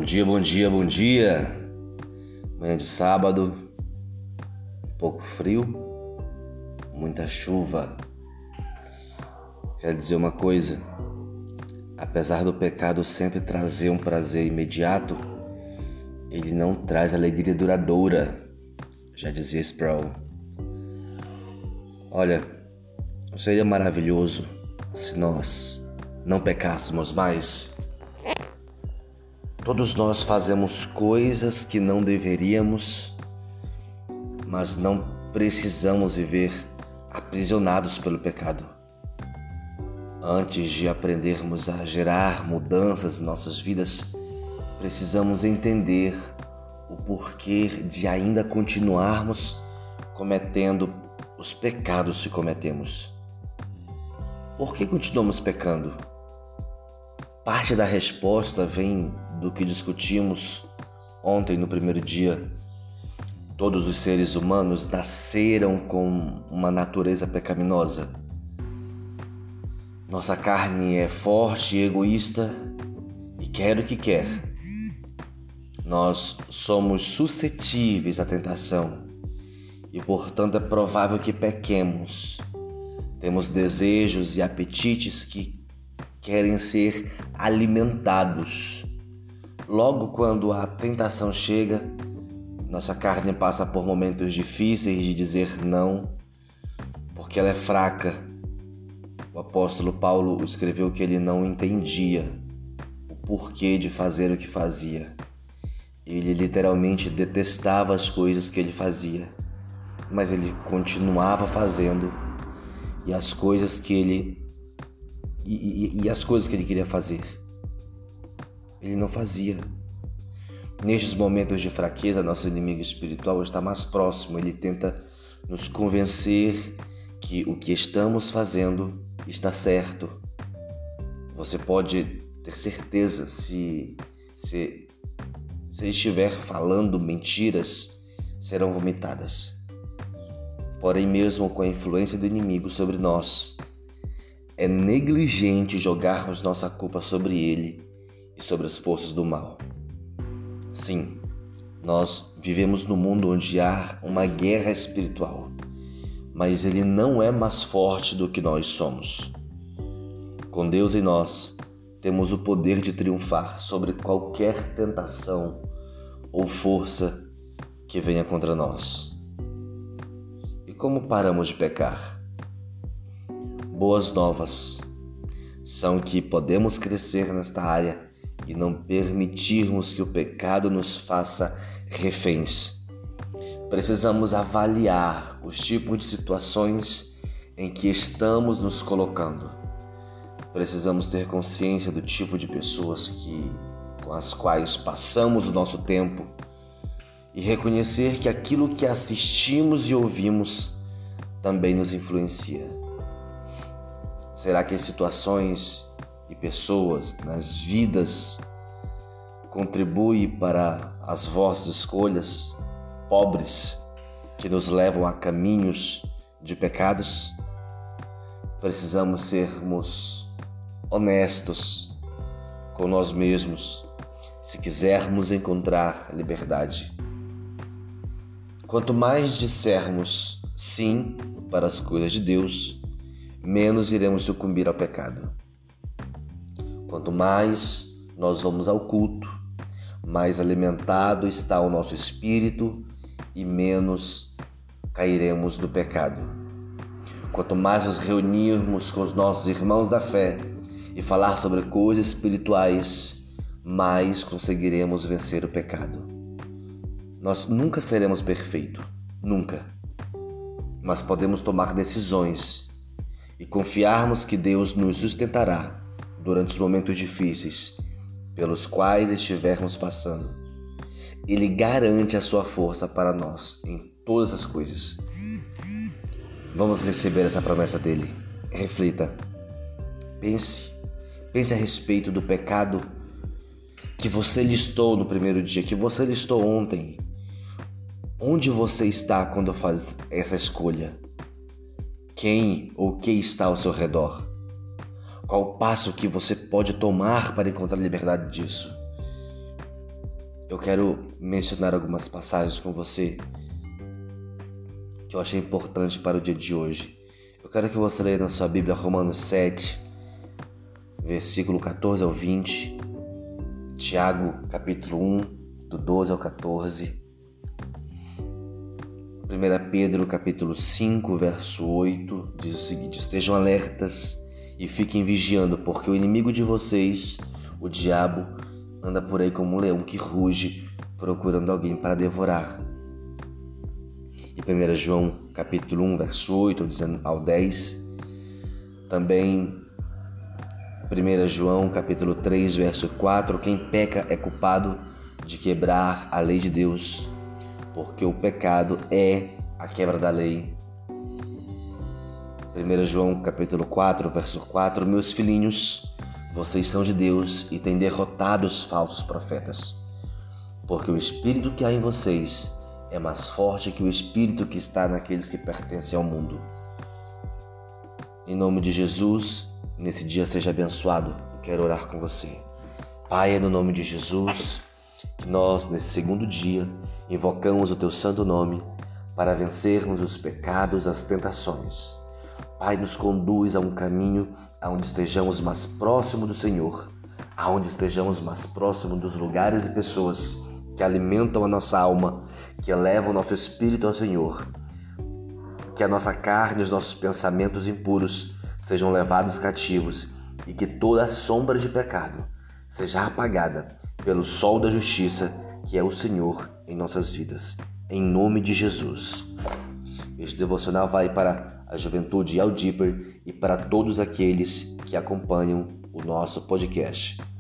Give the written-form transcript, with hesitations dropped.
Bom dia. Manhã de sábado, um pouco frio, muita chuva. Quero dizer uma coisa, apesar do pecado sempre trazer um prazer imediato, ele não traz alegria duradoura, já dizia Sproul. Olha, não seria maravilhoso se nós não pecássemos mais? Todos nós fazemos coisas que não deveríamos, mas não precisamos viver aprisionados pelo pecado. Antes de aprendermos a gerar mudanças em nossas vidas, precisamos entender o porquê de ainda continuarmos cometendo os pecados que cometemos. Por que continuamos pecando? Parte da resposta vem do que discutimos ontem no primeiro dia. Todos os seres humanos nasceram com uma natureza pecaminosa. Nossa carne é forte e egoísta e quer o que quer. Nós somos suscetíveis à tentação e, portanto, é provável que pequemos. Temos desejos e apetites que querem ser alimentados. Logo quando a tentação chega, nossa carne passa por momentos difíceis de dizer não, porque ela é fraca. O apóstolo Paulo escreveu que ele não entendia o porquê de fazer o que fazia. Ele literalmente detestava as coisas que ele fazia, mas ele continuava fazendo as coisas que ele queria fazer, ele não fazia. Nestes momentos de fraqueza, nosso inimigo espiritual está mais próximo. Ele tenta nos convencer que o que estamos fazendo está certo. Você pode ter certeza, se estiver falando mentiras, serão vomitadas. Porém, mesmo com a influência do inimigo sobre nós, é negligente jogarmos nossa culpa sobre ele e sobre as forças do mal. Sim, nós vivemos num mundo onde há uma guerra espiritual, mas ele não é mais forte do que nós somos. Com Deus em nós, temos o poder de triunfar sobre qualquer tentação ou força que venha contra nós. E como paramos de pecar? Boas novas são que podemos crescer nesta área e não permitirmos que o pecado nos faça reféns. Precisamos avaliar os tipos de situações em que estamos nos colocando. Precisamos ter consciência do tipo de pessoas com as quais passamos o nosso tempo e reconhecer que aquilo que assistimos e ouvimos também nos influencia. Será que as situações e pessoas nas vidas contribuem para as vossas escolhas pobres que nos levam a caminhos de pecados? Precisamos sermos honestos com nós mesmos se quisermos encontrar liberdade. Quanto mais dissermos sim para as coisas de Deus, menos iremos sucumbir ao pecado. Quanto mais nós vamos ao culto, mais alimentado está o nosso espírito e menos cairemos no pecado. Quanto mais nos reunirmos com os nossos irmãos da fé e falar sobre coisas espirituais, mais conseguiremos vencer o pecado. Nós nunca seremos perfeitos, nunca. Mas podemos tomar decisões e confiarmos que Deus nos sustentará durante os momentos difíceis pelos quais estivermos passando. Ele garante a sua força para nós em todas as coisas. Vamos receber essa promessa dele. Reflita. Pense a respeito do pecado que você listou no primeiro dia, que você listou ontem. Onde você está quando faz essa escolha? Quem ou que está ao seu redor? Qual o passo que você pode tomar para encontrar liberdade disso? eu quero mencionar algumas passagens com você que eu achei importante para o dia de hoje. Eu quero que você leia na sua Bíblia Romanos 7, versículo 14 ao 20, Tiago, capítulo 1, do 12 ao 14, 1 Pedro, capítulo 5, verso 8, diz o seguinte: estejam alertas e fiquem vigiando, porque o inimigo de vocês, o diabo, anda por aí como um leão que ruge, procurando alguém para devorar. E 1 João, capítulo 1, verso 8 ao 10, também 1 João, capítulo 3, verso 4, quem peca é culpado de quebrar a lei de Deus, porque o pecado é a quebra da lei. 1 João, capítulo 4, verso 4, meus filhinhos, vocês são de Deus e têm derrotado os falsos profetas, porque o espírito que há em vocês é mais forte que o espírito que está naqueles que pertencem ao mundo. Em nome de Jesus, nesse dia seja abençoado. Eu quero orar com você. Pai, é no nome de Jesus que nós, nesse segundo dia, invocamos o Teu santo nome para vencermos os pecados, as tentações. Pai, nos conduz a um caminho aonde estejamos mais próximo do Senhor, aonde estejamos mais próximo dos lugares e pessoas que alimentam a nossa alma, que elevam o nosso espírito ao Senhor, que a nossa carne e os nossos pensamentos impuros sejam levados cativos e que toda sombra de pecado seja apagada pelo sol da justiça, que é o Senhor em nossas vidas. Em nome de Jesus. Este devocional vai para a juventude Yardíper e para todos aqueles que acompanham o nosso podcast.